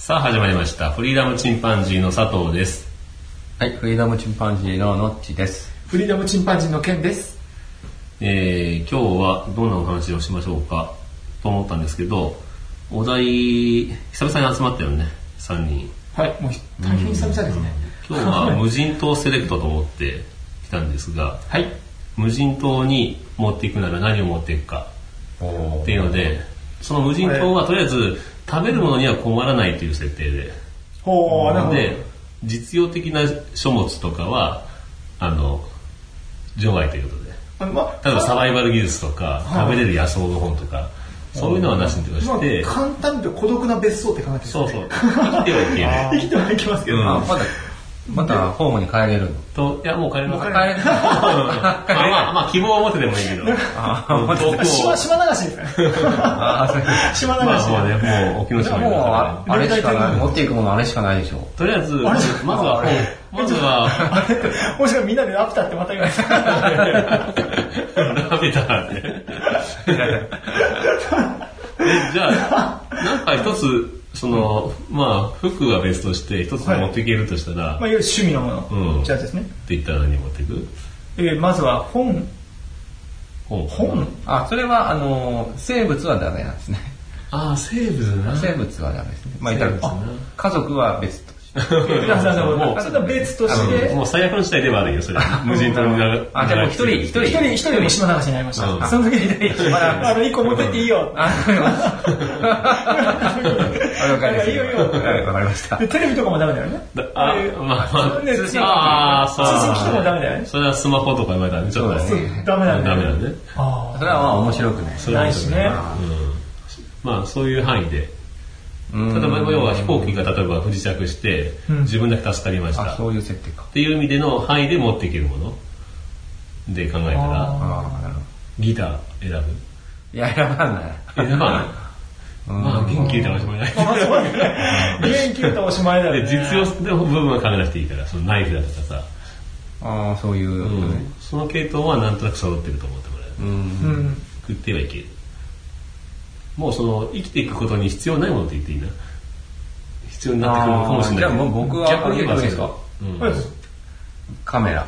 さあ始まりました。フリーダムチンパンジーの佐藤です。 はい、フリーダムチンパンジーのノッチです。 フリーダムチンパンジーのケンです。 今日はどんなお話をしましょうかと思ったんですけど、お題久々に集まったよね、3人。 はい、もう大変久々ですね。 今日は無人島セレクトと思ってきたんですが、 はい、 無人島に持っていくなら何を持っていくかっていうので、その無人島はとりあえず食べるものには困らないという設定で、で実用的な書物とかは除外ということで、例えばサバイバル技術とか、食べれる野草の本とか、そういうのはなしにとして、 簡単で孤独な別荘って考えてるんですね。 そうそう生きてはいけない生きてはいけますけど、 またホームに帰れるのと、いやもう帰れます。 帰れるまあ希望を持ってでもいいけど島流しですね。島流し、 まあね、もう沖ノ島にあれしかない、持っていくものあれしかないでしょ。 とりあえずまずはもしかみんなでラピュタってまた言われたラピュタってじゃあなんか一つまあ服は別として一つ持っていけるとしたら、 いわゆる趣味のもの、じゃあですね。 って言ったら何持っていく？ まずは本。 それは生物はダメなんですね。 生物な。 生物はダメですね。まあ家族は別として。 それは別として、 もう最悪の事態ではあるよ、それ。無人島にじゃあもう一人は島流しになりました。その時に一個持ってっていいよ。 わかりました。 テレビとかもダメだよね。 通信機器もダメだよね。 それはスマホとか言われたらね、ちょっとダメなんだよね。 それはまあ面白くないしね。 まあそういう範囲で、例えば要は飛行機が例えば不時着して自分だけ助かりました、 そういう設定かっていう意味での範囲で持っていけるもので考えたら、ギター選ぶ？ いや、選ばない。 まあ元気でおしまいない。 元気でおしまいだよね。 実用の部分は考えなくていいから、そのナイフだとかさ、 そういう、 その系統はなんとなく揃ってると思ってもらえる。食ってはいける。もう生きていくことに必要ないものって言っていいな。必要になってくるのかもしれない。 じゃあもう僕は逆に言えばそうですか。 カメラ。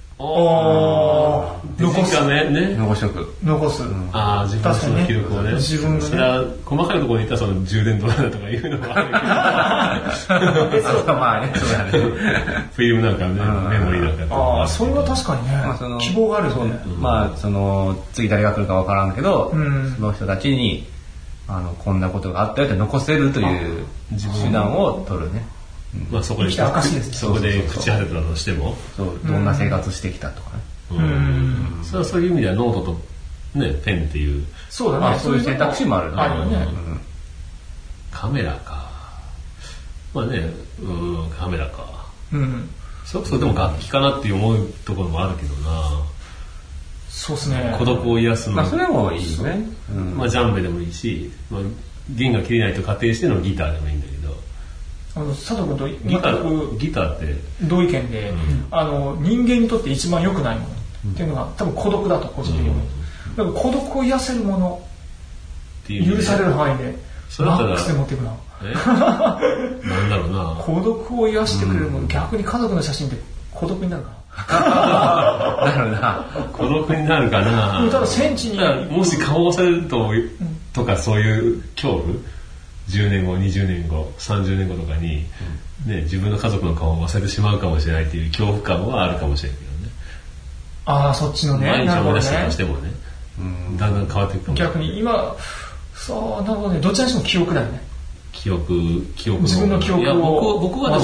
残すね。 残す。 自分の記録をね。 自分のね。 それは細かいところに言ったら充電ドラだとかいうのもあるけど。 そうだね。 フィルムなんかね、メモリーなんか。 それは確かにね。希望があるよね。 まあ次誰が来るかわからんけど、その人たちにこんなことがあったよって残せるという手段を取るね。 まあそこで口当てたとしても、 どんな生活してきたとかね。 そういう意味ではノートとねペンっていう、 そうだね。 そういう選択肢もあるね。 カメラか。まあね、カメラか。それこそでも楽器かなって思うところもあるけどな。 そうですね。 孤独を癒すの。 それもいいね。 まあジャンベでもいいし、弦が切れないと仮定してのギターでもいいんだけど。 佐藤君とギターって同意見で、人間にとって一番良くないものっていうのが多分孤独だと個人的に思う。だから孤独を癒せるもの、許される範囲でマックスで持っていくな。 なんだろうな。 孤独を癒してくれるもの、逆に家族の写真って孤独になるかな。 なるな。 孤独になるかな。 ただ戦地にもし顔をされるとかそういう恐怖、10年後20年後30年後とかに、自分の家族の顔を忘れてしまうかもしれないっていう恐怖感はあるかもしれないけどね。 そっちのね。 毎日思い出したとしてもね、だんだん変わっていくかもしれない。 逆に今なるほどね。どちらにしても記憶だよね。 記憶自分の記憶を僕は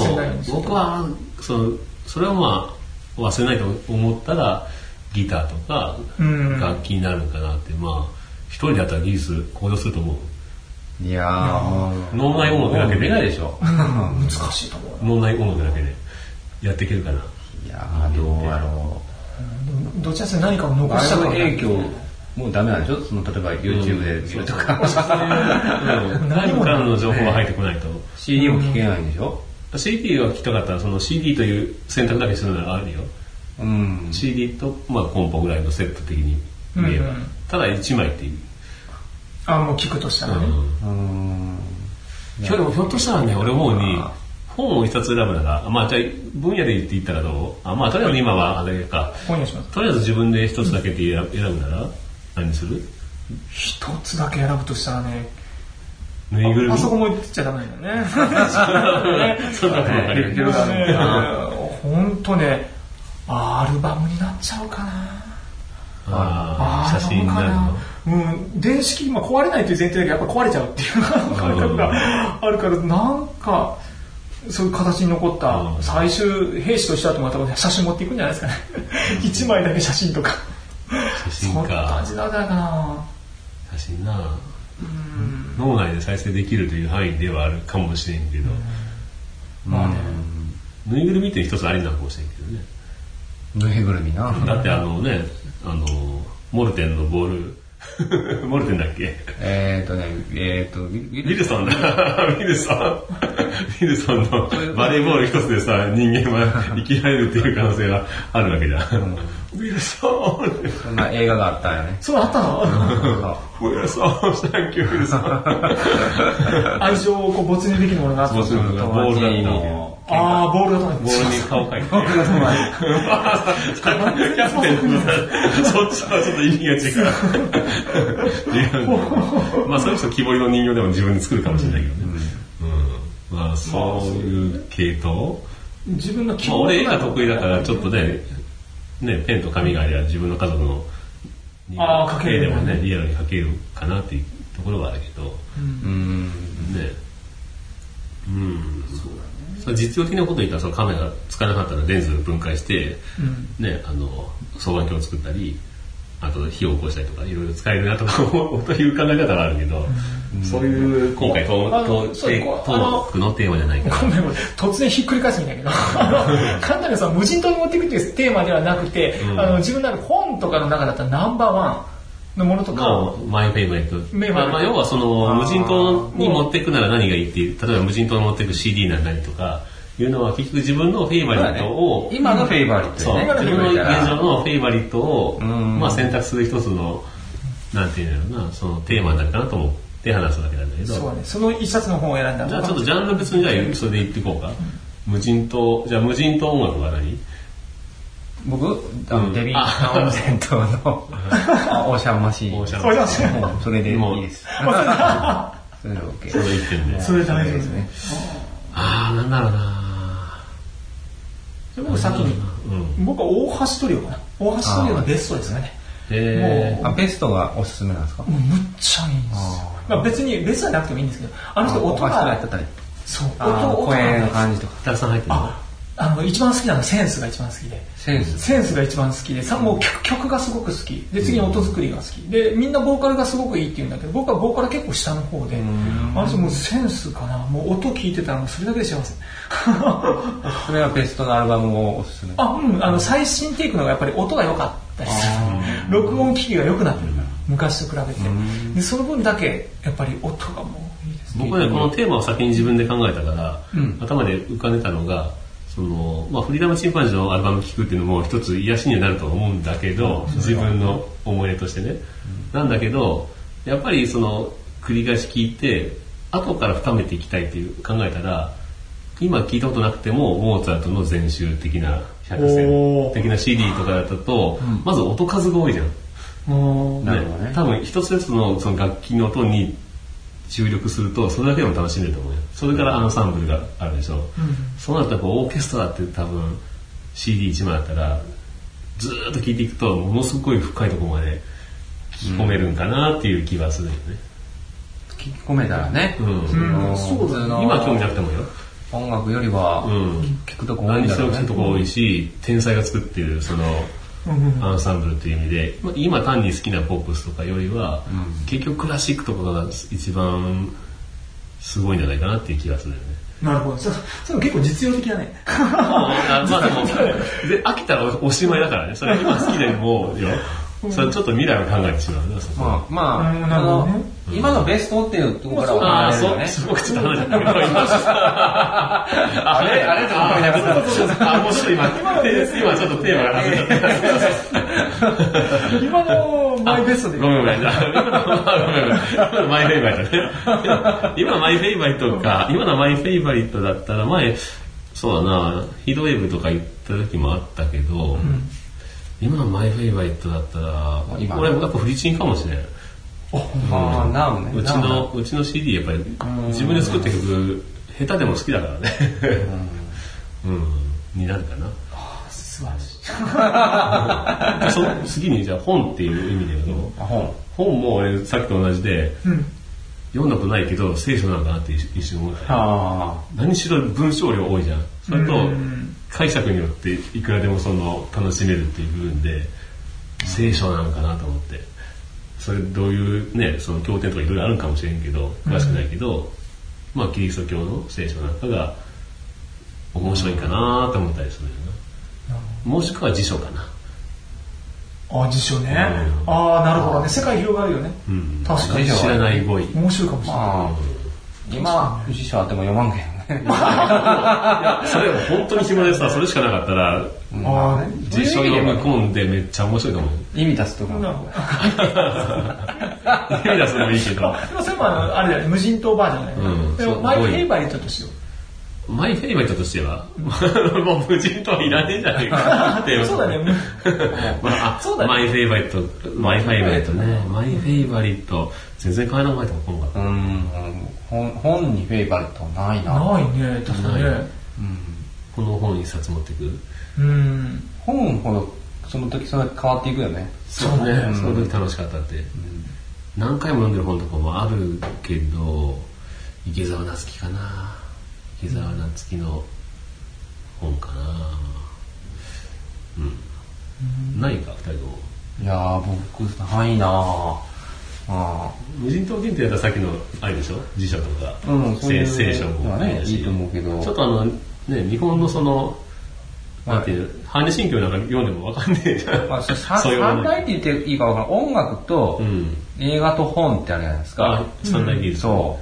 それはまあ忘れないと思ったらギターとか楽器になるかなって。まあ一人だったら技術向上すると思う。 いやー、 脳内音楽だけでないでしょ。 難しいと思う。脳内音楽だけでやっていけるかな。 いやー、どうやろう。どちらかというと何かを残したから。 影響もうダメなんでしょ。例えば YouTube で見るとか。 何からの情報が入ってこないと。 CD も聴けないんでしょ。 CD が聴きたかったらCD という選択だけするならあるよ。CD とコンポぐらいのセット的に見えば。ただ1枚っていう。 もう聞くとしたらね。 今日でもひょっとしたらね、俺思うに、本を一冊選ぶなら、まあじゃあ分野で言っていったらどう？まあとりあえず今はあれか。 本にします。 とりあえず自分で一つだけで選ぶなら何する？ 一つだけ選ぶとしたらね、 ぬいぐるみ。 あそこも言っちゃダメだよね。 そんなことばかり。 本当ね、アルバムになっちゃうかな。 写真になるの。 電子機器壊れないという前提だけどやっぱ壊れちゃうっていう感覚があるから、なんかそういう形に残った最終兵士としてはと思ったら写真持っていくんじゃないですかね。一枚だけ写真とか。 写真か。 そんな感じなんだかな。 写真な。脳内で再生できるという範囲ではあるかもしれんけど、まあね、ぬいぐるみって一つありなのかもしれんけどね。 ぬいぐるみな。 だってモルテンのボールモルテンだっけ？ ウィルソンだ。ウィルソンのバレーボール一つでさ、人間は生きられるっていう可能性があるわけじゃん。ウィルソンそんな映画があったよね。 そうあったの？ ウィルソン、サンキューウィルソン。 愛情を没入できるものがあった。 ボールだったボールだった。 ボールに顔描いて。ボールだった。キャプテンのそっちはちょっと意味が違う。まあそれこそ木彫りの人形でも自分で作るかもしれないけどね。まあそういう系統。 自分の俺絵が得意だからちょっとね、ペンと紙がありゃ自分の家族の絵でもね、リアルに描けるかなっていうところはあるけど。実用的なこと言ったらそのカメラ使わなかったらレンズ分解して、双眼鏡を作ったり、あと火を起こしたりとかいろいろ使えるなとかという考え方はあるけど、そういう今回トークのテーマじゃないから。 突然ひっくり返すんだけど、簡単にさ、無人島に持っていくっていうテーマではなくて、自分のある本とかの中だったらナンバーワンのものとかマイフェイブレット。要はその無人島に持っていくなら何がいいっていう、例えば無人島に持っていく CD なりとかいうのは結局自分のフェイバリットを、 今のフェイバリットね、 自分の現状のフェイバリットを選択する一つのなんていうんだろうな、そのテーマになるかなと思って話すわけなんだけど、 そうね、その一冊の本を選んだ。 じゃあちょっとジャンル別にじゃあそれで言っていこうか。無人島、じゃあ無人島音楽は何？ 僕デビー・タウンゼントのオーシャンマシーン。それでいいです。それで OK。 それ言ってるね。 それ大丈夫ですね。 なんだろうな。 僕先に、僕は大橋トリオかな。大橋トリオのベストですね。 ベストがおすすめなんですか？ むっちゃいいんですよ。別にベストじゃなくてもいいんですけど、あの人音がやってたり、 そう、 声の感じとかたくさん入ってる。 一番好きなのはセンスが一番好きで、センスが一番好きで、もう曲がすごく好きで、次に音作りが好きで、みんなボーカルがすごくいいって言うんだけど、僕はボーカル結構下の方で、あの人もうセンスかな、もう音聞いてたらもうそれだけで幸せ。 それはベストのアルバムをおすすめ？ 最新テイクのがやっぱり音が良かったりする。録音機器が良くなってるから、昔と比べて。でその分だけやっぱり音がもういいですね。 僕ね、このテーマを先に自分で考えたから、頭で浮かんでたのが、フリーダムチンパンジーのアルバム聴くっていうのも一つ癒しにはなると思うんだけど、自分の思い出としてね。なんだけど、やっぱり繰り返し聴いて、後から深めていきたいっていう考えたら、今聴いたことなくても、モーツァルトの全集的な、100選的な CD とかだったと、まず音数が多いじゃん。 なるほどね。 多分一つずつのその楽器の音に注力するとそれだけでも楽しめると思うよ。それからアンサンブルがあるでしょ。そうなるとオーケストラって多分 CD1 枚だったらずーっと聴いていくとものすごい深いところまで聞き込めるんかなっていう気がするよね。 聞き込めたらね。 そうだね。 今興味なくてもよ。 音楽よりは聞くとこ多いんだろうね。 何しろ聞くとこ多いし、天才が作っているそのアンサンブルという意味で、今単に好きなポップスとかよりは、結局クラシックとかが一番すごいんじゃないかなっていう気がするよね。 なるほど。それ結構実用的だね。 でも飽きたらおしまいだからね。それ今好きでもよ。 それちょっと未来を考えてしまうね。 今のベストっていうところからはすごくちょっと話しちゃったけど、 あれと思いながら。 もうちょっと今ちょっとテーマが外れちゃった。 今のマイベストで。 ごめん。今のマイフェイバリットね。今マイフェイバリットか。今のマイフェイバリットだったら前、そうだな、ヒードウェーブとか行った時もあったけど、今のマイフェイバリットだったら、俺やっぱフリチンかもしれない。うちの CD やっぱり自分で作った曲下手でも好きだからね。になるかな。 素晴らしい。 その次にじゃあ本っていう意味で言うと、本も俺さっきと同じで、読んだことないけど聖書なのかなって一瞬思った。何しろ文章量多いじゃん。それと解釈によっていくらでもその楽しめるっていう部分で聖書なのかなと思って。それどういうね、その経典とかいろいろあるかもしれんけど、詳しくないけど、キリスト教の聖書なんかが面白いかなと思ったりするよな。もしくは辞書かな。 辞書ね。なるほどね。世界広がるよね。確かに。 知らない語彙。 面白いかもしれない。 今、辞書あっても読まんけんね。 それ本当に暇でさ、それしかなかったら、辞書読み込んでめっちゃ面白いと思う。 意味出すとか。 意味出すのもいいけど。でもそれもあれだよね、無人島バージョンだよね。マイフェイバリットとしては。 マイフェイバリットとしてはもう無人島いらねえじゃねえかって。 そうだね。 マイフェイバリットね。マイフェイバリット。全然買えなかったもん、 本にフェイバリットはないな。 ないね、確かにね。 この本一冊持ってく。 本ほどその時それ変わっていくよね。 そうね。その時楽しかったって。何回も読んでる本とかもあるけど、池澤夏樹かな。池澤夏樹の本かな。ないか、二人とも。 いや僕ないな。 無人島限定だったらさっきのあれでしょ、辞書とか、聖書もね、いいと思うけど、 ちょっと日本のそのなんていう般若心経なんか読んでもわかんねえじゃん。 三大って言っていいかわからん。音楽と映画と本ってあるじゃないですか。 三大技術。 そう。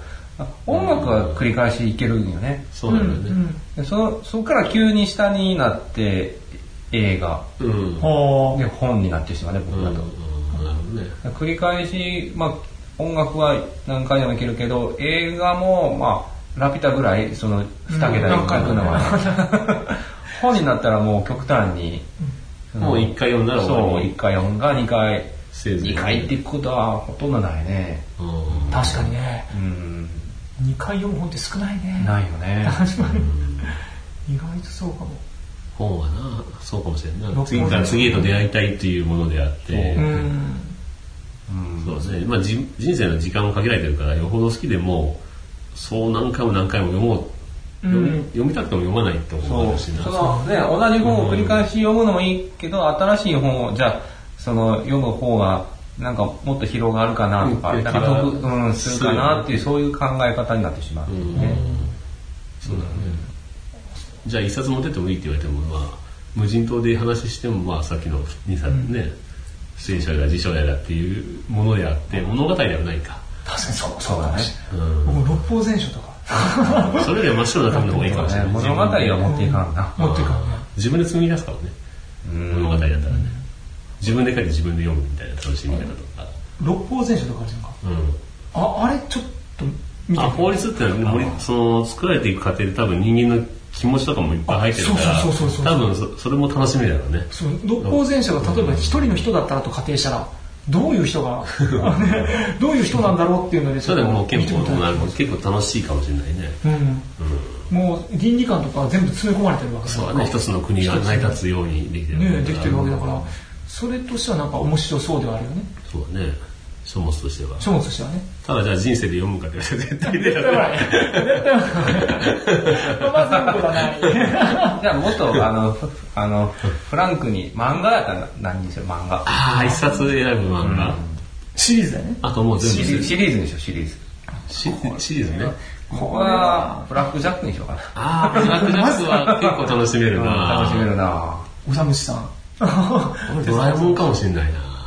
音楽は繰り返しいけるんよね。 そうなんだよね。 そこから急に下になって映画で本になってしまうね、僕だと。繰り返し、音楽は何回でもいけるけど、映画もラピュタぐらいその2桁1回行くのは、本になったらもう極端にもう1回読んだら終わり。 そう、1回読んが2回っていくことはほとんどないね。 確かにね。2回読む本って少ないね。 ないよね。 確かに。意外とそうかも。 本はな、そうかもしれんな。次から次へと出会いたいっていうものであって。そうですね。人生の時間をかけられてるから、よほど好きでもそう何回も読もう。読みたくても読まないってこともあるしな。 同じ本を繰り返し読むのもいいけど、新しい本をじゃあ読む方がなんかもっと広がるかなとか、なんか得するかなっていうそういう考え方になってしまうね。 そうだね。じゃあ一冊持ってってもいいって言われても無人島で話してもさっきの2冊ね、聖書や辞書やっていうものであって物語ではないか。 確かにそうだね。僕六法全書とか。 それで真っ白な紙の方がいいかもしれない。 物語は持っていかんな。 持っていかんね。 自分で紡ぎ出すからね。物語だったらね。自分で書いて自分で読むみたいな楽しみ方とか。 六法全書とかあるじゃんか。あれちょっと見て。 法律ってのはその作られていく過程で多分人間の気持ちとかもいっぱい入ってるから多分それも楽しみだろうね。 六法全書が例えば一人の人だったらと仮定したらどういう人がどういう人なんだろうっていうのでそれでも結構楽しいかもしれないね。 もう倫理観とか全部詰め込まれてるわけだから。 そうだね。一つの国が成り立つようにできてる。 ね、できてるわけだからそれとしてはなんか面白そうではあるよね。 そうだね。書物としては。 書物としてはね。 ただじゃあ人生で読むかって言われて絶対出ない。 絶対まずいことはない。 じゃあもっとフランクに漫画やったら何にしよう漫画。 一冊選ぶ漫画。 シリーズだよね。 あともう全部シリーズにしようシリーズ。 シリーズね。 これはブラックジャックにしようかな。 ブラックジャックは結構楽しめるな。 楽しめるな。 おさむしさん。 ドラえもんかもしれないな。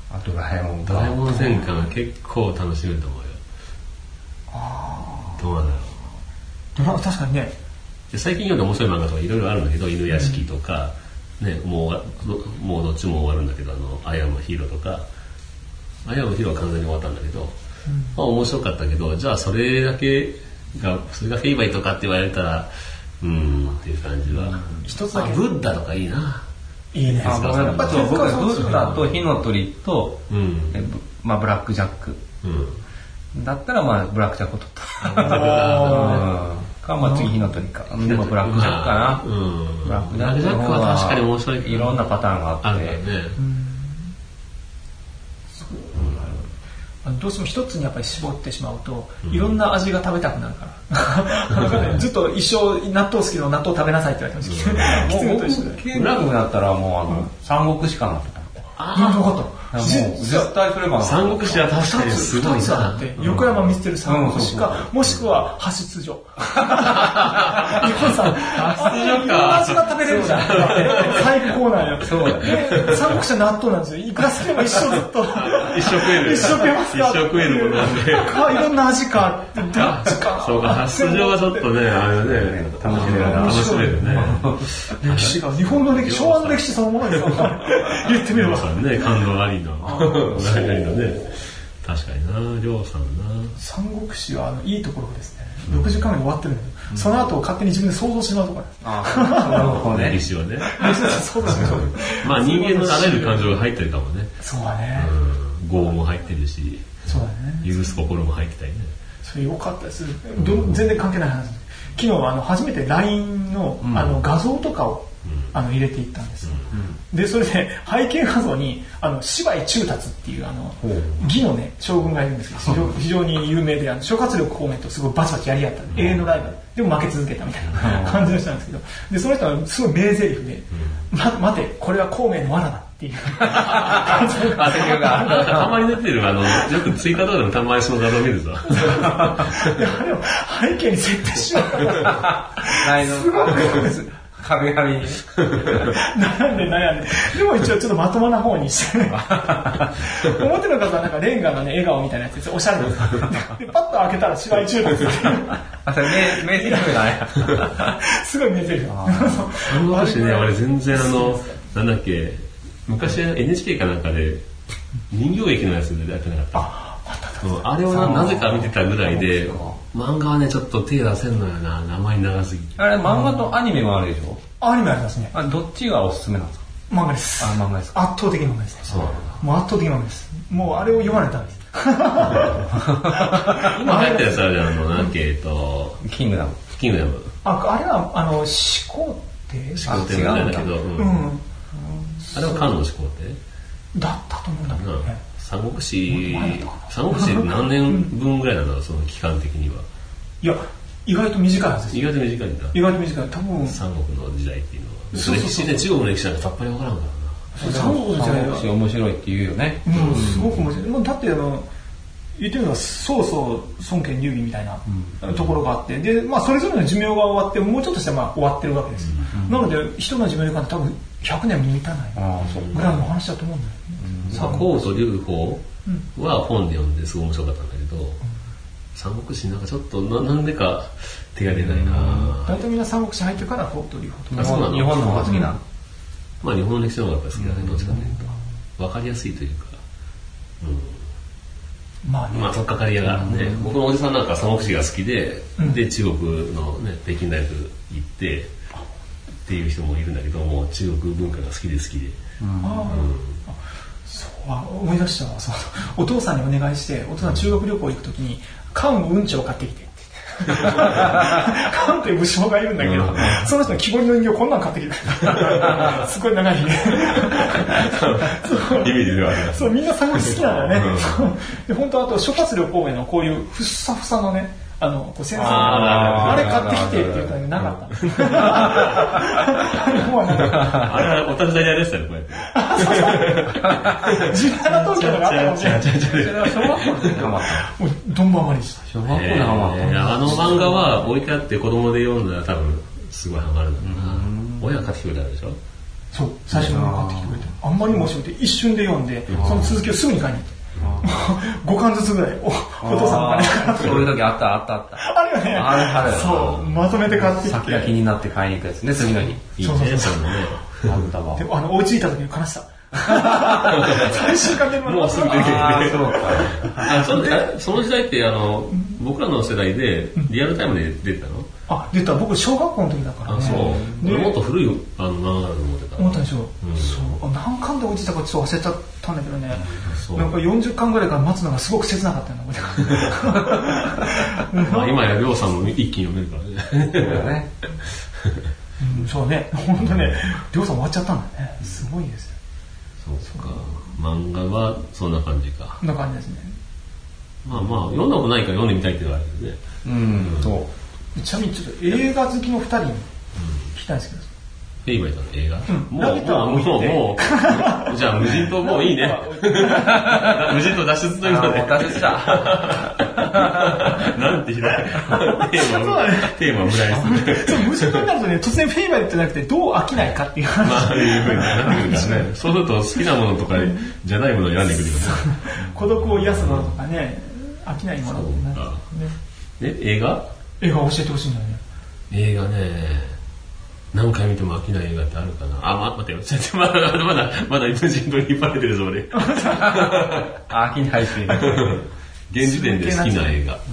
ドラえもんドラえもん全巻結構楽しめると思うよ。どうなんだろう。 確かにね。 最近読んで面白い漫画とかいろいろあるんだけど、犬屋敷とか、もうどっちも終わるんだけど、アイアムヒーローとか、アイアムヒーローは完全に終わったんだけど、面白かったけど、じゃあそれだけがフェイバイとかって言われたらっていう感じは。 一つだけブッダとかいいな。 いいね。 僕はブッダと火の鳥と、ブラックジャックだったらブラックジャックを取った次火の鳥か。でもブラックジャックかな。 ブラックジャックは確かに面白い。 いろんなパターンがあって。 どうしても一つにやっぱり絞ってしまうと、いろんな味が食べたくなるからずっと一生納豆好きの納豆食べなさいって言われてました。 僕ケン君だったらもう三国志かなってた。 なんで分かった。 絶対それば三国志は確かにすごいな。 横山見捨てる三国志か、もしくは派出所。日本さん、いろんな味が食べれるじゃん。最高なんよ。 そうだね。 三国志は納豆なんですよ。いくらすれば一生ずっと。 一生食える。 一生食えますか。 一生食えるものなんで。 いろんな味か。どっちか。 そうか、発出場はちょっとね、楽しめるね。 歴史が、日本の歴史、昭和の歴史そのものですよ。言ってみれば。 感動ありの。確かにな、りょうさんな。 三国志はいいところですね。6時間目で終わってるんだけど、その後勝手に自分で想像しまうところです。歴史をね。 想像しましょう。 まあ人間のあらゆる感情が入ってるかもね。 そうだね。 業も入ってるし、 そうだね。 許す心も入ってたりね。 それ良かったです。全然関係ない話です。昨日初めて LINE の画像とかを入れていったんですよ。でそれで背景画像に芝居中達っていう義のね将軍がいるんですけど、非常に有名で諸葛亮孔明とすごいバチバチやり合った永遠のライバルでも負け続けたみたいな感じの人なんですけど、でその人はすごい名台詞で待てこれは孔明の罠だっていうたまに出てるよくツイッターとかでもたまにその画像見るぞ。 あれを背景に設定しようと思ってすごくです。 壁紙に悩んででも一応ちょっとまともな方にして表の方はなんかレンガのね笑顔みたいなやつでおしゃれですでパッと開けたら芝居中ですそれ名台詞だねすごい名台詞昔ね俺全然なんだっけ昔 NHK かなんかで人形劇のやつでやってなかった。あれをなぜか見てたぐらいで漫画はねちょっと手出せんのよな、名前長すぎて。 あれ漫画とアニメもあるでしょ。 アニメありますね。 どっちがおすすめなんですか。 漫画です。 漫画です。 圧倒的漫画ですね。 そうもう圧倒的漫画です。もうあれを読まれたんです。 今流行ってるやつあるじゃん、なんだっけキングダム。 あれは始皇帝始皇帝なんだけど、あれは漢の始皇帝だったと思うんだけどね。 三国志何年分ぐらいなんだろう、その期間的には。 いや意外と短いはずです。 意外と短いんだ。 意外と短い。多分三国の時代っていうのは歴史ね、中国の歴史なんかさっぱりわからんからな。 三国の時代は面白いって言うよね。 すごく面白い。だって言ってるのは曹操孫権劉備みたいなところがあって、でそれぞれの寿命が終わってもうちょっとしたら終わってるわけです。なので人の寿命が多分100年も満たないぐらいの話だと思うんだよね。 孔と劉邦は本で読んですごい面白かったんだけど、三国志なんかちょっとなんでか手が出ないな。 大体みんな三国志入ってから孔と劉邦とか。日本の方が好きな。 まあ日本の歴史の方がやっぱり好きだね、どっちかというと分かりやすいというか。まあとっかかり屋がね、僕のおじさんなんか三国志が好きで、で中国のね北京大学行ってっていう人もいるんだけども、中国文化が好きで。 思い出したわ。お父さんにお願いして、お父さん中国旅行行くときに関羽のうんちを買ってきて関羽という武将がいるんだけど、その人の木彫りの人形こんなん買ってきてすごい長いイメージではあります。 そうみんな三国志好きなんだよね。で本当あと諸葛亮孔明のこういうふっさふさのね先生あれ買ってきてって言ったらなかった。 あれはお立ち台にあれでしたよ、こうやって。 自分の東京とかあったかもしれない。 小学校の時にハマった。 もうどんばんまりした。 小学校でハマった。 漫画は置いてあって子供で読んだら多分すごいハマるんだろうな。親が買ってきてくれたでしょ。 そう、最初に買ってきてくれて、あんまり面白くて一瞬で読んで、その続きをすぐに買いに行って。5巻ずつぐらいお父さんの金かなとか。 そういう時あった。 あるよね。 ある。 そう、まとめて買ってきて。 先が気になって買いに行くやつね、次の日。 そう。でも追いついた時の悲しさ。最終巻でもうすぐ出てきて。その時代って僕らの世代でリアルタイムで出てたの？ 出た。僕小学校の時だからね。 そう。もっと古い漫画だと思ってた。 思ったでしょ。そう。何巻で追いついたかちょっと忘れちゃったんだけどね。なんか40巻ぐらいから待つのがすごく切なかったよな。今やりょうさんも一気に読めるからね。 そうね。本当ね。りょうさん終わっちゃったんだね。すごいですよ。 そうか。漫画はそんな感じか。 そんな感じですね。 まあ読んだことないから読んでみたいっていうのはあるよね。 そう。ちなみにちょっと映画好きの2人に聞きたいんですけど。 フェイバリットの映画？もうじゃあ無人島もういいね。無人島脱出ということで。 脱出した。 なんてひどい。テーマは村井ですね。無人島になるとね、突然フェイバリットじゃなくてどう飽きないかっていう話。 まあいうふうになってくるからね。そうすると好きなものとかじゃないものを選んでくるよね。 孤独を癒すものとかね、飽きないものってなるね。映画教えてほしいんだよね。 映画ね。何回見ても飽きない映画ってあるかな。待ってよ。まだ無人島に引っ張れてるぞ俺。 飽きないし。 現時点で好きな映画。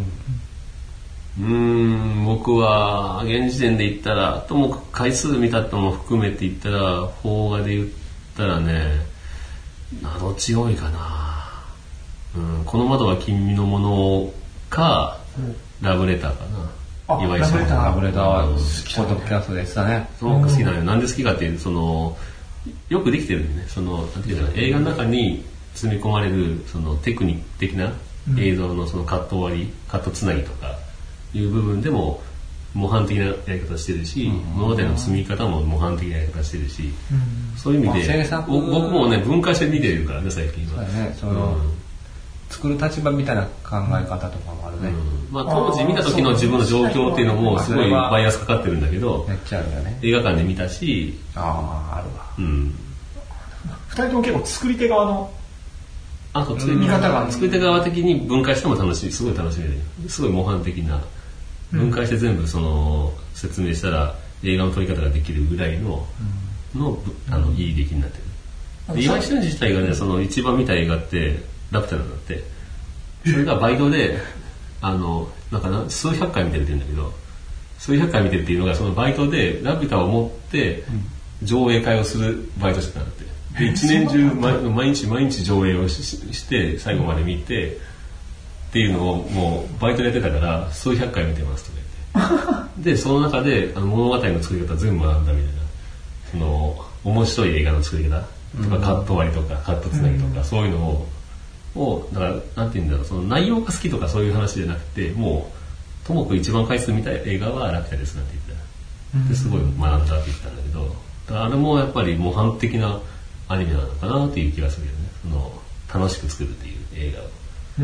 僕は現時点で言ったら、とも回数見たとも含めて言ったら、邦画で言ったらね、どっちが多いかな。この窓は君のものか、ラブレターかな。 岩井さんラブレターはポッドキャストでしたね。 すごく好きなのよ。なんで好きかっていうよくできてるんでね。なんていうか映画の中に積み込まれるテクニック的な映像のカット割り、カットつなぎとかいう部分でも模範的なやり方してるし、物語の積み方も模範的なやり方してるし、そういう意味で僕もね分解して見てるからね最近は。 作る立場みたいな考え方とかもあるね。 当時見た時の自分の状況っていうのもすごいバイアスかかってるんだけど、 めっちゃあるよね。 映画館で見たし、 あるわ。 2人とも結構作り手側の見方が作り手側的に分解しても楽しい、すごい楽しめる。すごい模範的な分解して全部説明したら映画の撮り方ができるぐらいのいい出来になってる。岩井俊二自体がね一番見た映画ってラピュタなんだって。それがバイトで数百回見てるって言うんだけど、数百回見てるっていうのがそのバイトでラピュタを持って上映会をするバイトしてたんだって。で一年中毎日上映をして最後まで見てっていうのをもうバイトでやってたから数百回見てますとか言ってでその中で物語の作り方全部学んだみたいな面白い映画の作り方とかカット割りとかカットつなぎとかそういうのをだからなんていうんだろう内容が好きとかそういう話じゃなくてもうともく一番回数見た映画はラピュタですなんて言ったですごい学んだって言ったんだけどあれもやっぱり模範的なアニメなのかなっていう気がするよね楽しく作るっていう映画を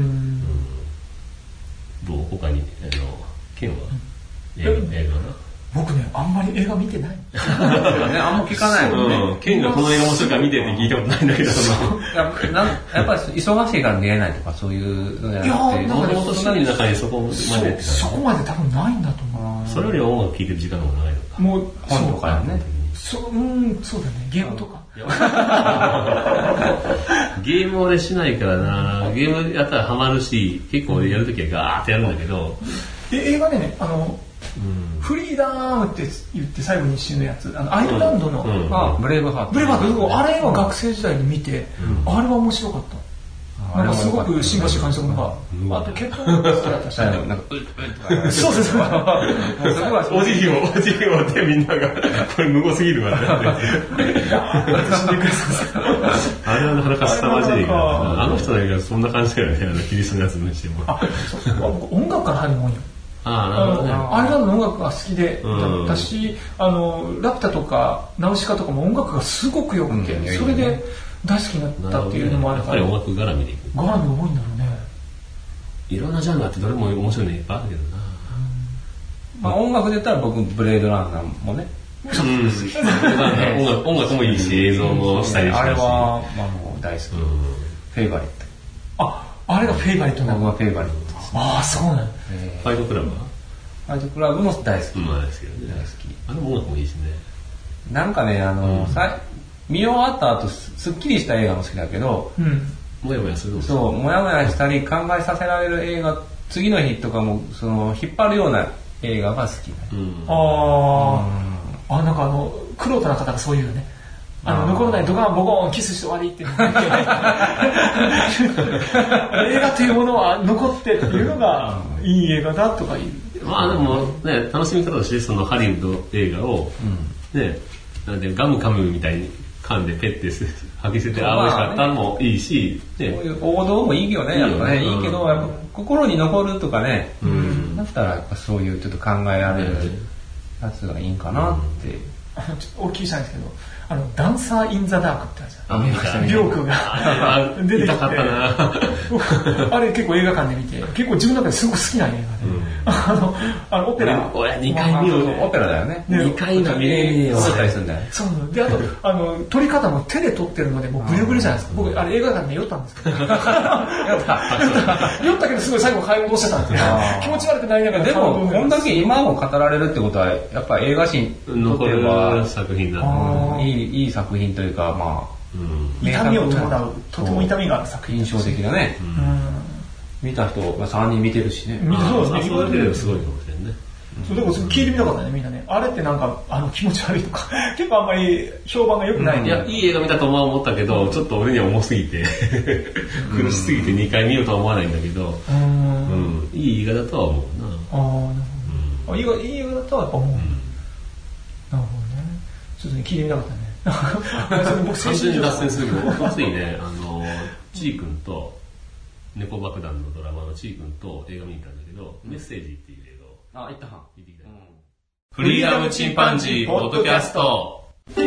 どう他にケンは映画な僕ねあんまり映画見てないあんま聞かないもんねケンがこの映画面白いから見てって聞いたことないんだけどやっぱり忙しいから見れないとかそういうのじゃなくてもともと趣味の中にそこまでそこまで多分ないんだと思うそれより音楽聴いてる時間の方が長いのかもう本とかやねそうだねゲームとかゲーム俺しないからなゲームやったらハマるし結構やるときはガーってやるんだけど映画でねフリーダームって言って最後に死ぬやつアイルランドのブレイブハートあれは学生時代に見てあれは面白かったなんかすごくシンパシー感じたものがあと結婚好きだったしなんかそうおじぎをってみんながこれ無謀すぎるわってあれはなかなか凄まじいがあの人の映画そんな感じだよねキリストのやつにしても音楽から入るもんよなるほどねアイルランドの音楽が好きでだったしラピュタとかナウシカとかも音楽がすごくよくてそれで大好きになったっていうのもあるからやっぱり音楽絡みでいく絡み多いんだろうねいろんなジャンルあってどれも面白いのいっぱいあるけどな音楽で言ったら僕ブレードランナーもね音楽もいいし、映像もスタイリッシュだし。 あれは、まあもう大好き。フェイバリット。 あれがフェイバリットなの？ 僕はフェイバリットです。 ああ、そうなの。 ファイトクラブは？ ファイトクラブも大好き。 まあですけどね。大好き。あの音楽もいいしね。 なんかね、見終わった後、すっきりした映画も好きだけど、 もやもやするの？ そう、もやもやしたり考えさせられる映画、次の日とかも、引っ張るような映画が好きね。 なんか黒田の方がそういうね。残らないドカンボコンキスして終わりって映画というものは残ってっていうのがいい映画だとか言う。 まあでもね、楽しみ方としてそのハリウッド映画をね、なんでガム噛むみたいに噛んでペッて吐き捨てて美味しかったのもいいし、ね、 こういう王道もいいよね、やっぱね、いいけど、やっぱ心に残るとかね、だったらやっぱそういうちょっと考えられるやつがいいんかなって。 ちょっとお聞きしたいんですけど、ダンサー・イン・ザ・ダークってあるじゃん。ビョークが出てきて、あれ結構映画館で見て、結構自分の中ですごく好きな映画で、オペラ。 俺2回見るね。 オペラだよね。 2回が見れねえよ。 そうするんだよ。 そうで、あと、撮り方も手で撮ってるので、もうブリブリじゃないですか。僕、映画館で酔ったんですけど。酔ったけどすごい最後買い戻してたんですよ。気持ち悪くなりながら。 でも、こんだけ今も語られるってことは、やっぱ映画史にとっては、 作品だいい作品というか、まあ、 痛みを伴う、とても痛みがある作品。 印象的だね。見た人が3人見てるしね。 そうですね。 そうだけですごいかもしれないね。 そう、でも聞いてみたかったね、みんなね。あれってなんか、気持ち悪いとか、結構あんまり評判が良くない。 いや、いい映画見たと思ったけど、ちょっと俺には重すぎて、苦しすぎて2回見ようとは思わないんだけど、いい映画だとは思うな。 いい映画だとはやっぱ思う。なるほどね。ちょっとね、聞いてみたかったね。 僕完全に脱線するけど、ついね、ちーくんと、猫爆弾のドラマのちーくんと映画見に行ったんだけど、メッセージっていう映画を。 行ったはん。 見てきた。フリーダムチンパンジーポッドキャスト。はい。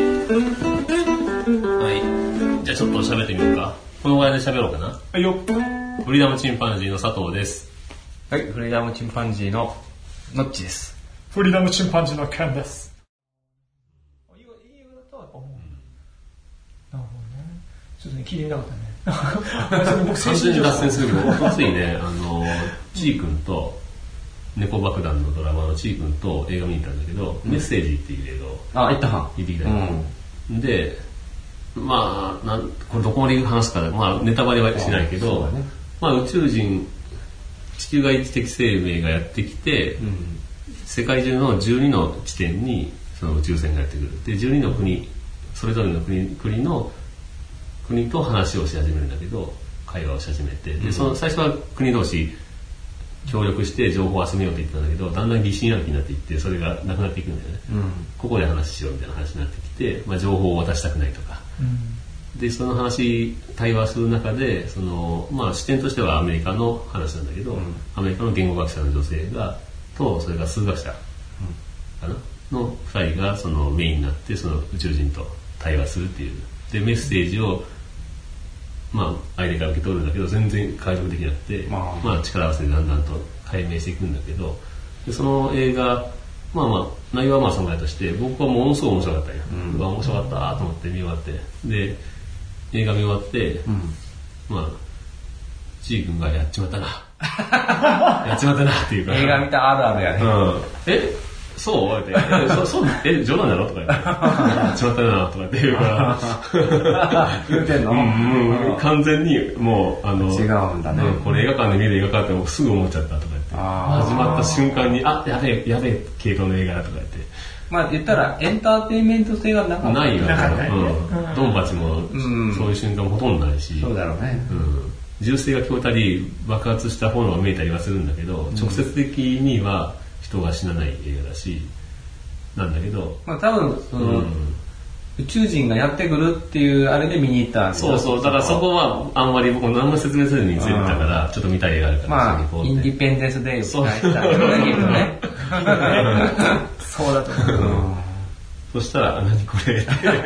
じゃあちょっと喋ってみようか。このぐらいで喋ろうかな。 はいよ。 フリーダムチンパンジーの佐藤です。 はい、フリーダムチンパンジーのノッチです。 フリーダムチンパンジーのケンです。いい映画だとは思う。なるほどね。ちょっとね、聞いてみたかったね。僕完全に脱線するけど、ついね、ちーくんと、猫爆弾のドラマのちーくんと映画見に行ったんだけど、メッセージっていう映画を行ったはん。 見てきた。で、まあ、これどこまで話すか、まあネタバレはしないけど、まあ宇宙人、地球外知的生命がやってきて、世界中の12の地点にその宇宙船がやってくる。で、12の国、それぞれの国と話をし始めるんだけど、会話をし始めて、で、最初は国同士、協力して情報を集めようと言ってたんだけど、だんだん疑心暗鬼になっていってそれがなくなっていくんだよね、ここで話しようみたいな話になってきて、まあ、情報を渡したくないとか、でその対話する中でまあ、視点としてはアメリカの話なんだけど、アメリカの言語学者の女性とそれから数学者かなの2人がメインになってその宇宙人と対話するっていうでメッセージをまあ、相手から受け取るんだけど全然解読できなくて、まあ、力合わせでだんだんと解明していくんだけどでその映画内容はまあそのぐらいとして僕はものすごい面白かったよ、面白かったと思って見終わってで映画見終わって、まあちーくんがやっちまったなやっちまったなっていうか映画見たあるあるやね、 そうって冗談だろとか言ってやっちまったなとかって言うから言うてんの、 完全にもう違うんだね、 これ映画館で見る映画館ってすぐ思っちゃったとか言って始まった瞬間にやべえ系統の映画だとか言ってまあ言ったらエンターテインメント性がなかったないよね、ドンパチもそういう瞬間もほとんどないし、 そうだろうね、 銃声が聞こえたり爆発した炎が見えたりはするんだけど、直接的には人が死なない映画だしなんだけど、 まあ多分宇宙人がやってくるっていうあれで見に行ったんでそうだからそこはあんまり僕も何も説明せずに連れてたからちょっと見たい映画あるからまあインディペンデンスデイを描いたけどねそうだと思う、 そしたら何これ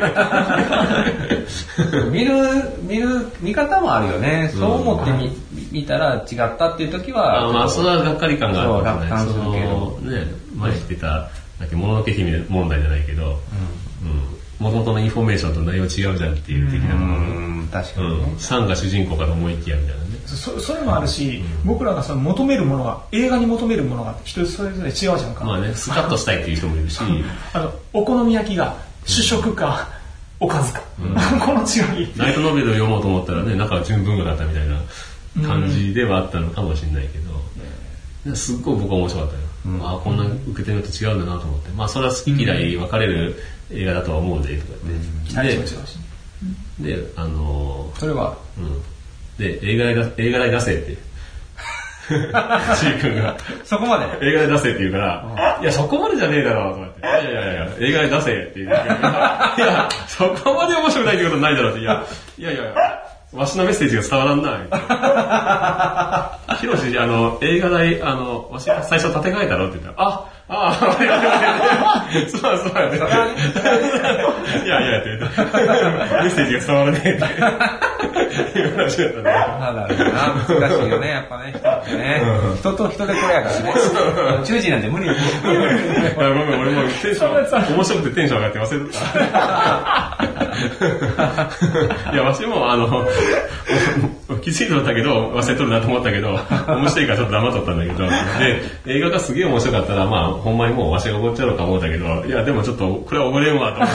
見方もあるよね、そう思って見たら違ったっていう時はまあそれはがっかり感があるからね、 落胆するけど前言ってただけもののけ姫問題じゃないけど、もともとのインフォメーションと内容違うじゃんっていう的なもの、 確かにね、 サンが主人公かと思いきやみたいなね。 それもあるし、僕らがその求めるものが、映画に求めるものが人それぞれ違うじゃんか。 まあね、スカッとしたいっていう人もいるしお好み焼きが主食かおかずか、この違い。 ナイトノベルを読もうと思ったらね、中は純文学だったみたいな感じではあったのかもしれないけど、すっごい僕は面白かったよ。こんな受け止めと違うんだなと思って、まあそれは好き嫌い分かれる映画だとは思うでとか言って、でそれは、 で映画代出せってちーくんがそこまで映画代出せって言うから、いやそこまでじゃねえだろうとかって、いや映画代出せって言うから、いやそこまで面白くないってことないだろうって、いやわしのメッセージが伝わらんなみたいな。ヒロシ映画代わしが最初立て替えたろって言ったら、そうやね。いやって言った。メッセージが伝わらねえっていう話だったね。 なるほどな、難しいよね、やっぱね、人と人でこれやからね。宇宙人なんて無理。 俺もテンション、面白くてテンション上がって忘れてた。いや、わしも気づいとったけど、忘れとるなと思ったけど、面白いからちょっと黙っとったんだけど、で、映画がすげえ面白かったら、まあ、ほんまにもうわしが怒っちゃうのか思ったけど、いや、でもちょっと、これは怒れんわと思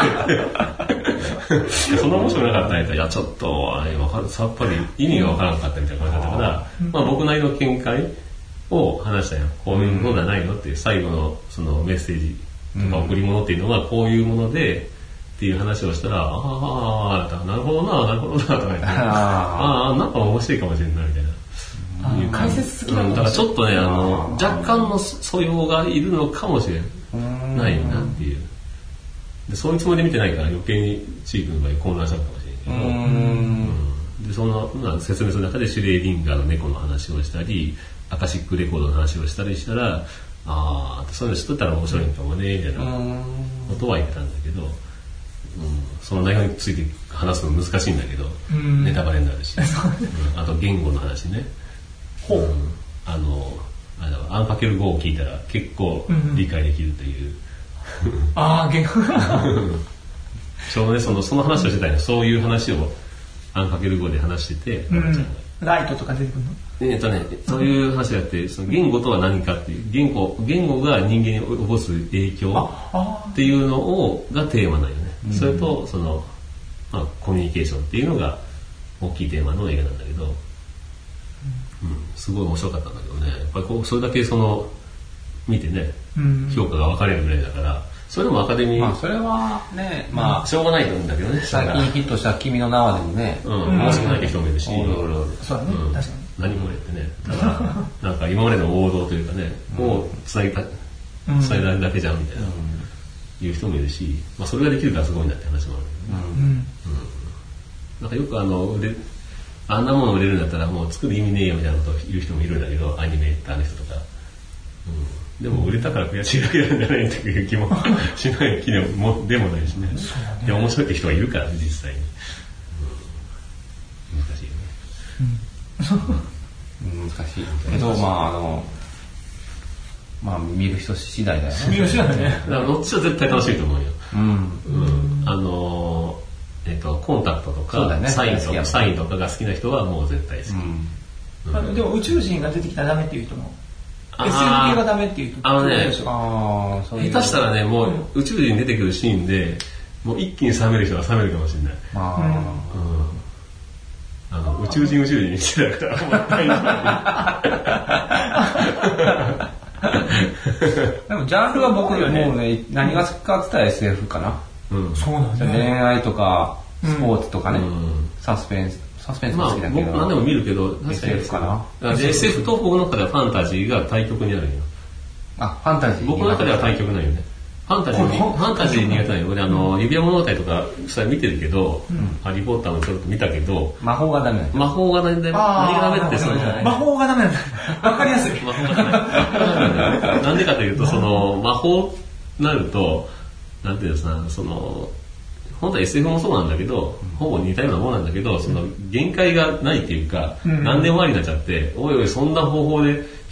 って、そんな面白くなかったら、いや、ちょっと、さっぱり意味がわからなかったみたいな感じだったから、まあ僕なりの見解を話したよ。こういうものじゃないのっていう最後のそのメッセージとか贈り物っていうのはこういうもので、っていう話をしたら、なるほどなとか言って、なんか面白いかもしれないみたいな。 解説好きなだからちょっとね、若干の素養がいるのかもしれないなっていう。でそういうつもりで見てないから余計にチークの場合混乱したかもしれないけど、でその説明する中でシュレーディンガーの猫の話をしたり、アカシックレコードの話をしたりしたら、そういうの知っとったら面白いんかもねみたいなことは言ってたんだけど、その内容について話すの難しいんだけど、ネタバレになるし、あと言語の話ね。アンかける5を聞いたら結構理解できるという。 言語。 ちょうどね、その話をしてたよ。そういう話をアンかける5で話してて、 ライトとか出てくるの？そういう話があって、その言語とは何かっていう、言語が人間に及ぼす影響っていうのがテーマなんよね。それとコミュニケーションっていうのが大きいテーマの映画なんだけど、すごい面白かったんだけどね、やっぱりそれだけ見てね、評価が分かれるぐらいだから、それでもアカデミー、 それはね、 しょうがないと思うんだけどね。 最近ヒットした君の名はでもね、 面白くない人もいるし、 そうだね、確かに。 何これってね、だからなんか今までの王道というかね、を伝えられるだけじゃんみたいな。いう人もいるし、それができるからすごいんだって話もあるけどね。なんかよくあんなもの売れるんだったらもう作る意味ねえよみたいなことを言う人もいるんだけど、アニメーターの人とか。でも売れたから悔しいだけなんじゃないっていう気もしない気でもないしね。で面白いって人がいるからね、実際に。難しいよね。 難しいけど、見る人次第だよね。 見る人次第だね。 だからどっちは絶対楽しいと思うよ。コンタクトとか、サインとかが好きな人はもう絶対好き。 でも宇宙人が出てきたらダメっていう人も、SF 系がダメっていう人も下手したらね、もう宇宙人出てくるシーンでもう一気に冷める人は冷めるかもしれない。宇宙人してたからもったいない。 でもジャンルは僕もうね、何が好きかって言ったら SF かな。 そうなんだね。 恋愛とかスポーツとかね、サスペンスも好きだけど。 僕何でも見るけど、 SF かな。 SF と僕の中ではファンタジーが対極にあるんよ。 ファンタジー。 僕の中では対極なんよね。ファンタジー苦手なんよ。俺指輪物語とかそれ見てるけど、ハリーポッターもちょっと見たけど、 魔法がダメなんだ。 魔法が何がダメって魔法がダメなんだ。わかりやすい。 魔法がダメ。なんでかというと、魔法になると、なんていうのさ、本当は SF もそうなんだけど、ほぼ似たようなものなんだけど、限界がないっていうか、何でもありになっちゃって、おいおいそんな方法で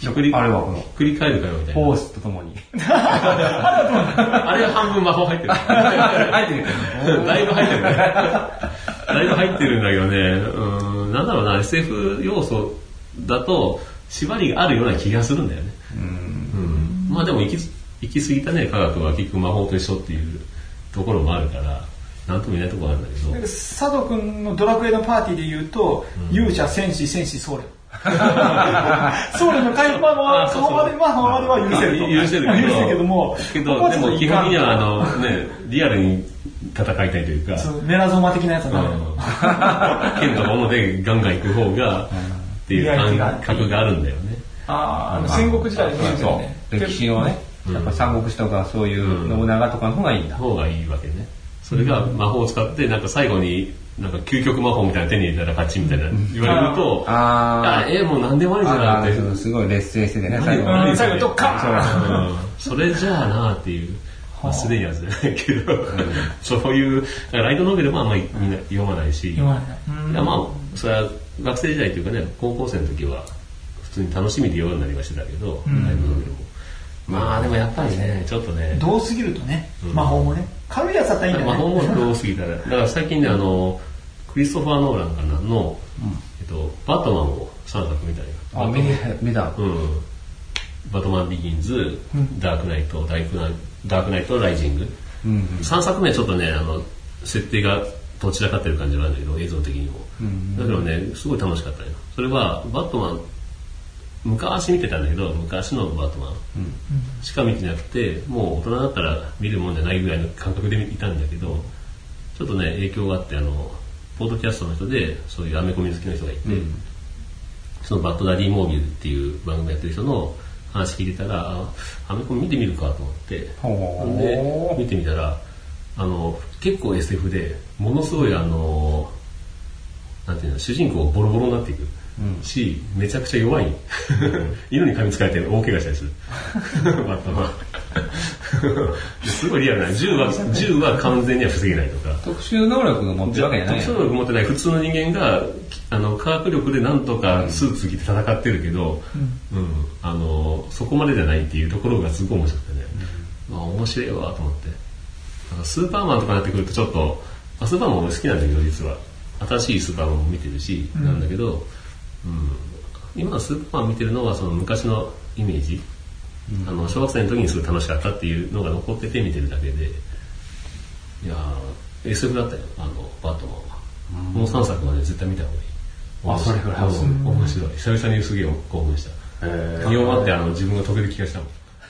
あれはこの繰り返るかよみたいな。 フォースとともに。 あれは半分魔法入ってる。 入ってる。 だいぶ入ってるね。だいぶ入ってるんだけどね、なんだろうな、SF 要素だと縛りがあるような気がするんだよね。まあでも行き過ぎたね、科学は結局魔法と一緒っていうところもあるから、なんとも言えないところあるんだけど。 佐藤君のドラクエのパーティーで言うと、勇者、戦士、ソーレン。ソーレンの顔までは許せると。 許せるけども、でも基本的にはリアルに戦いたいというか。 メラゾーマ的なやつなんだ剣とか斧でガンガン行く方が、っていう感覚があるんだよね。 戦国時代のそう歴史をね、やっぱ三国志とかそういう信長とかの方がいいんだ。 方がいいわけね。それが魔法を使ってなんか最後になんか究極魔法みたいな手に入れたら勝ちみたいな言われると、もう何でもありじゃなくて、 すごい劣勢しててね、 最後どっかそれじゃあなっていう、スレイヤーズじゃないけど、そういうライトノベルもあんまりみんな読まないし、まあそれは学生時代というかね、高校生の時は普通に楽しみで読むようになりましたけど、ライトノベルも。まあでもやっぱりね、ちょっとね、 どうすぎるとね、魔法もね、軽いやつだったらいいんだよね。 魔法もどうすぎたら、だから最近ね、クリストファー・ノーランかなの、バットマンを3作見たり。 見た。 バットマン・ビギンズ、ダークナイト、ライジング。3作目はちょっとね、設定がどちらかってる感じがあるんだけど、映像的にも。だけどね、すごい楽しかったよ。それは、バットマン、昔見てたんだけど、昔のバットマンしか見てなくて、もう大人だったら見るもんじゃないぐらいの感覚でいたんだけど、ちょっとね、影響があって、ポッドキャストの人で、そういうアメコミ好きの人がいて、そのバッドダディモービルっていう番組やってる人の話聞いてたら、アメコミ見てみるかと思って、で、見てみたら、結構 SF で、ものすごいなんていうの、主人公ボロボロになっていく。し、めちゃくちゃ弱い。犬に噛みつかれて大怪我したりする。バットマン。すごいリアルな。銃は完全には防げないとか。 特殊能力を持ってるわけじゃない。 特殊能力持ってない普通の人間が科学力でなんとかスーツ着て戦ってるけど、そこまでじゃないっていうところがすごい面白くてね。面白いわと思って。スーパーマンとかになってくるとちょっと、スーパーマンも好きなんだけど実は。新しいスーパーマンも見てるし、なんだけど、今のスーパーマン見てるのはその昔のイメージ、小学生の時にすごい楽しかったっていうのが残ってて見てるだけで、いやー SF だったよ、バットマンは。もう3作はね絶対見た方がいい。 それぐらい面白い。久々にすげえ興奮した。見終わって自分が解ける気がしたもん。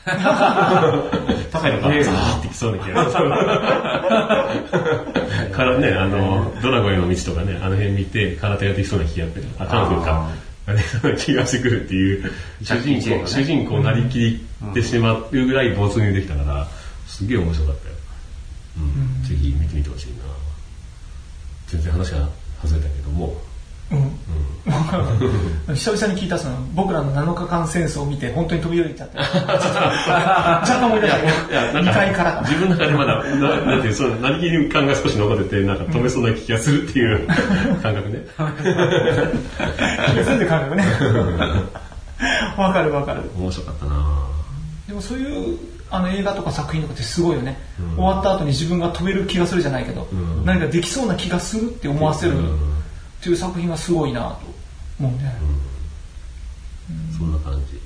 高いのがザーってきそうな気がする。からね、ドラゴンへの道とかね、あの辺見て空手やってきそうな気がする。カンフーか。気がしてくるっていう主人公なりきりってしまうぐらい没入できたから、すげえ面白かったよ。ぜひ見てみてほしいな。全然話が外れたけども。 久々に聞いた僕らの7日間戦争を見て本当に飛び降りちゃった。若干思い出した。2階から自分の中でまだなんていうそのなりきり感が少し残っててなんか飛べそうな気がするっていう感覚ね。 気がするって感覚ね。わかる。 面白かったな。 でもそういう映画とか作品とかってすごいよね。終わった後に自分が飛べる気がするじゃないけど、何かできそうな気がするって思わせる。っていう作品がすごいなと思うね。 そんな感じ。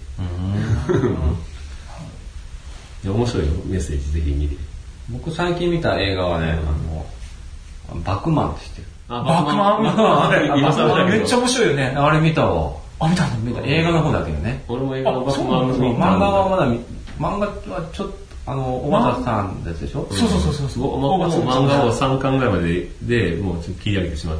面白いよ、メッセージぜひ見て。 僕最近見た映画はね、バクマンって知ってる？ バクマンめっちゃ面白いよね。 あれ見たわ。 見たの？映画の方だけどね。 俺も映画のバクマン見た。 漫画はまだ漫画はちょっと小笠さんですでしょ？ そう。 漫画を3巻ぐらいまでもうちょっと切り上げてしまって、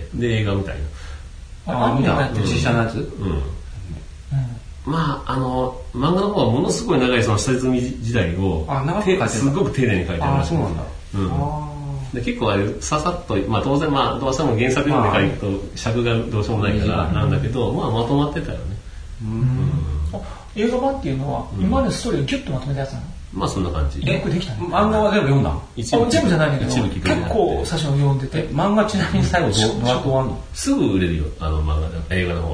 で映画みたいな。 見た実写のやつ？ まあ漫画の方はものすごい長いその下積み時代をすごく丁寧に書いてあるらしい。 そうなんだ。 で結構あれささっと当然どうしても原作読んで書くと尺がどうしようもないからなんだけどまとまってたよね。 映画版っていうのは今までのストーリーをギュッとまとめたやつなの？ そんな感じ。 よくできたね。 漫画は全部読んだの？ 全部じゃないんだけど結構最初の読んでて。 漫画ちなみに最後どうやって終わるの？ すぐ売れるよ漫画映画の方はね。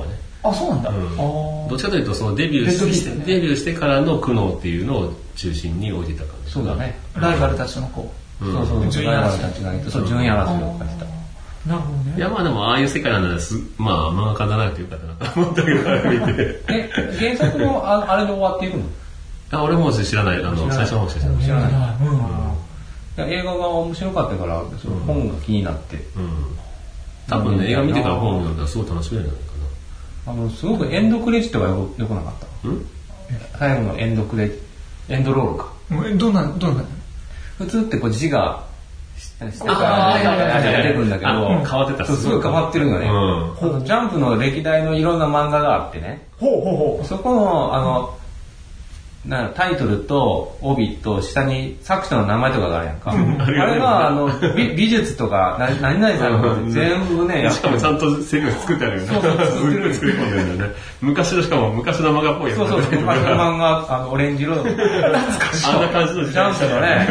あ、そうなんだ。 どっちかというとそのデビューしてからの苦悩っていうのを中心に置いてた感じ。 そうだね。 ライバルたちのそう順位争いたちがいて、そう順位争いを書いてた。 なるほどね。 いや、まあでもああいう世界なんだらまあ漫画家だなってよかったなと思ったけど、見て。 原作のあれで終わっていくの？ 俺も知らない。最初の方しか知らない。 映画が面白かったから、その本が気になって。 多分ね、映画見てから本を読んだらすごい楽しめるんじゃないかな。 すごくエンドクレジットがよくなかった。最後のエンドロールか。 どんな普通ってこう字がしてから出てくるんだけど、 変わってた。 すごい変わってるのね。ジャンプの歴代のいろんな漫画があってね。そこのタイトルと帯と下に作者の名前とかがあるやんか。あれが美術とか何々さんの全部ね、 しかもちゃんとセリフ作ってあるよね。すごい作り込んでるんだよね。昔の漫画っぽいやつ。 そう昔の漫画オレンジ色の懐かしい。 あんな感じのジャンプのね。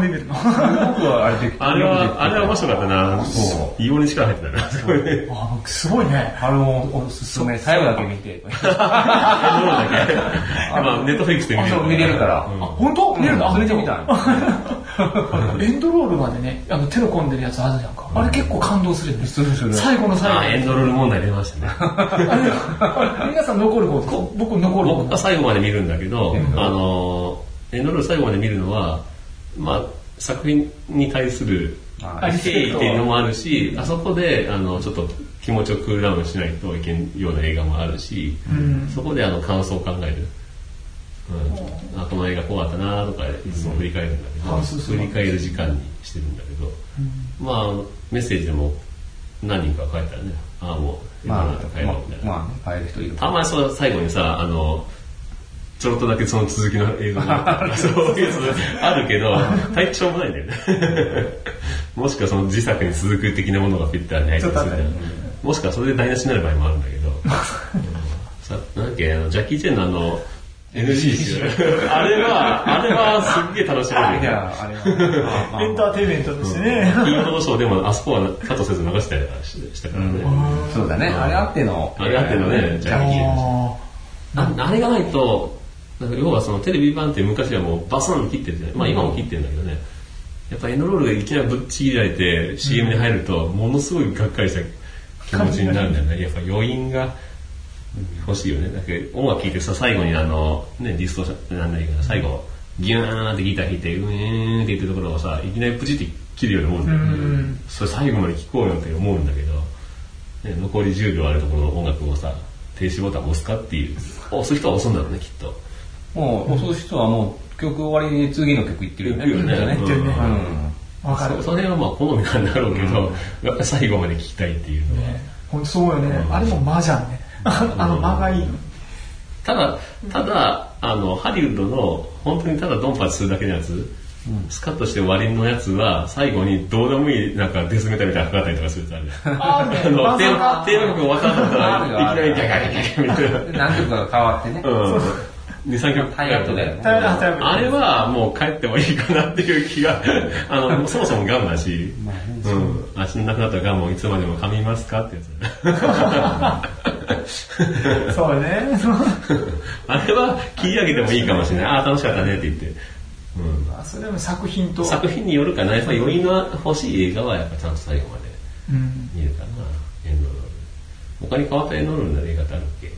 あれは面白かったな。異様に力入ってたな。 すごいね。 あれもおすすめ。最後だけ見て。 ネットフリックスで見れるから。 本当？見れるんだ。 それで見たエンドロールまでね、手の込んでるやつあるじゃんか。あれ結構感動するよね。最後の最後。 エンドロール問題出ましたね。 皆さん残る方、僕残る方。 僕は最後まで見るんだけど、エンドロール最後まで見るのは、まあ作品に対する敬意っていうのもあるし、あそこでちょっと気持ちをクールダウンしないといけんような映画もあるし、そこで感想を考える。この映画こうだったなとかいつも振り返るんだけど、振り返る時間にしてるんだけど、まあメッセージでも何人か書いたらね、もう今だったら帰ろうみたいな。 帰る人いる。 たまに最後にさ、ちょろっとだけその続きの映像がそういうやつあるけど、大抵しょうもないんだよね。もしくはその自作に続く的なものがフィットないとかする。もしくはそれで台無しになる場合もあるんだけど、なんだっけ、ジャッキー・チェンのNG 集あれはすっげえ楽しめる。 エンターテイメントですね。 金曜ロードショーでもあそこはカットせず流したりしたからね。 そうだね。あれあってのね、ジャッキー。あれがないと、要はそのテレビ版って昔はもうバスン切ってるじゃない。まあ今も切ってるんだけどね。やっぱエンドロールがいきなりぶっちぎられて CM に入るとものすごいがっかりした気持ちになるんだよね。やっぱ余韻が欲しいよね。だけど音楽聴いてさ、最後にディストーションなんだけど最後ギューンってギター弾いてうーんって言ってるところをさ、いきなりプチって切るように思うんだよね。それ最後まで聴こうよって思うんだけど、残り10秒あるところの音楽をさ、停止ボタンを押すかっていう、押す人は押すんだろうね、きっと。 もう押す人はもう曲終わりに次の曲いってるよね。 わかる。 その辺はまあ好みなんだろうけど、やっぱり最後まで聴きたいっていうのは。 本当そうよね。あれも間じゃんね。間がいいの。 ただハリウッドの本当にただドンパチするだけのやつ、スカッとして終わりのやつは最後にどうでもいいなんかデスメタみたいなのかかったりとかするやつあるじゃん。テーマ曲終わった後だったらいきなりギャガギャガみたいな。 何曲か変わってね。 2、3曲タイアップだよね。 あれはもう帰ってもいいかなっていう気が、そもそもガムだし、足のなくなったガムをいつまでも噛みますかってやつ。 そうね。 あれは切り上げてもいいかもしれない。楽しかったねって言って。 それでも作品によるかな。やっぱり余韻の欲しい映画はやっぱちゃんと最後まで見るかな。エンドロール。他に変わったエンドロールの映画ってあるっけ？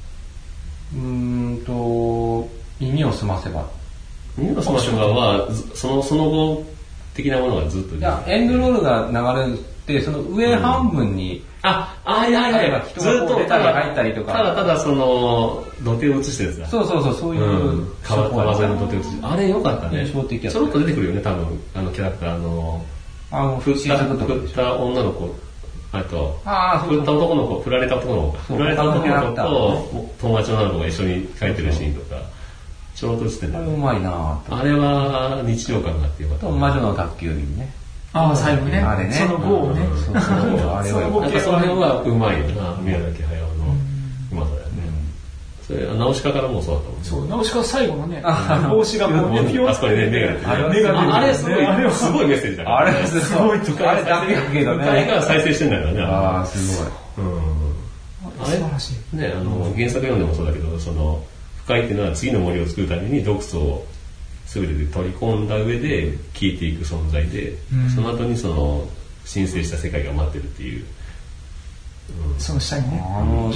耳をすませば。 耳をすませばはその後的なものがずっと。 いや、エンドロールが流れて、その上半分に、 ずっと出たり入ったりとか。 ただその土手を映してるやつだ。 そうそういう川沿いの土手を映して。あれ良かったね。 印象的やった。 ちょろっと出てくるよね、多分キャラクター振った女の子。あと、振った男の子、振られた男の子、振られた男の子と友達の女の子が一緒に帰ってるシーンとか、ちょろっと映ってんだよ。 あれうまいなあれは日常感があってよかった。 魔女の宅急便ね。 最後ね。 あれね。 その後をね。 あれはなんかその辺はうまいな、宮崎駿のうまさだよね。それナウシカからもそうだったもんね。 そう、ナウシカ最後のね、帽子がこうね、 あそこにね、目があれすごいメッセージだから。 あれすごいとか。あれだけだけどね。 誰かが再生してんだからね。 すごい。 あ素晴らしい。 ね、原作読んでもそうだけど、その深いっていうのは次の森を作るために毒素を全てで取り込んだ上で消えていく存在で、その後にその申請した世界が待ってるっていう、 その下にね、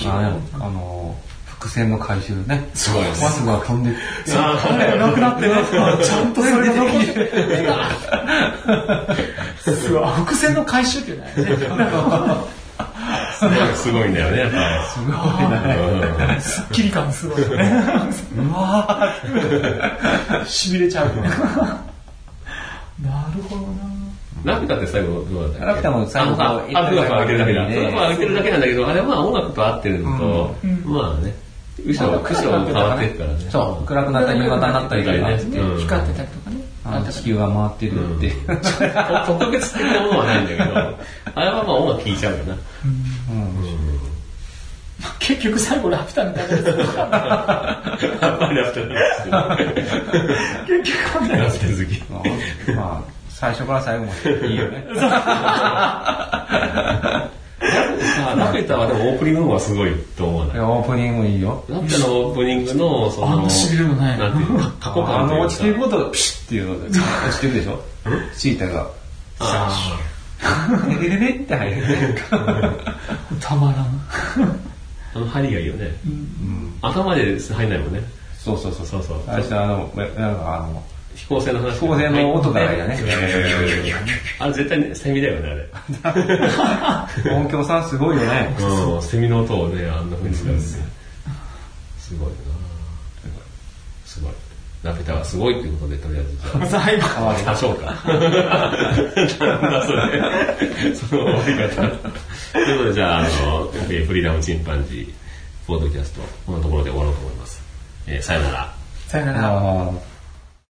伏線の回収ね。 すごいです。 バスが飛んでなくなってね、ちゃんとそれが残ってる。伏線の回収っていうのはね。 すごいんだよね、やっぱり。 すごいね。 スッキリ感すごいよね。うわー痺れちゃう。なるほどな。 ラピュタって最後どうだったっけ？ ラピュタも最後開けるだけだ。開けるだけなんだけど、あれはまあ音楽と合ってるのと、まあね、後ろ変わっていくからね。 そう、暗くなったり夕方になったりとかね。 光ってたりとかね。 地球が回ってるって。 特別的なものはないんだけど、あれはまあ音楽聴いちゃうよな。 結局最後ラピュタみたいなやつ。 やっぱりラピュタ結局ラピュタ好き。 まあ最初から最後までいいよね。 ラピュタはでもオープニングの方がすごいと思うね。 オープニングいいよ。 ラピュタのオープニングのそのしびれるね。 なんていうか過去感というか、 落ちてることピシッっていうので落ちてるでしょ。シータがレレレって入る。 たまらん。 針がいいよね。頭で入んないもんね。 そう。最初なんか飛行船の話。 飛行船の音がいいよね。 あれ絶対セミだよね、あれ。 音響さんすごいよね。 セミの音をね、あんな風に使うんですね。すごいな。すごい。ラピュタはすごいっていうことで、とりあえずじゃあ。 最後。 終わりましょうか。なんだそれ。その終わり方。ということで、じゃあ、フリーダムチンパンジー、ポッドキャスト、このところで終わろうと思います。さよなら。 さよなら。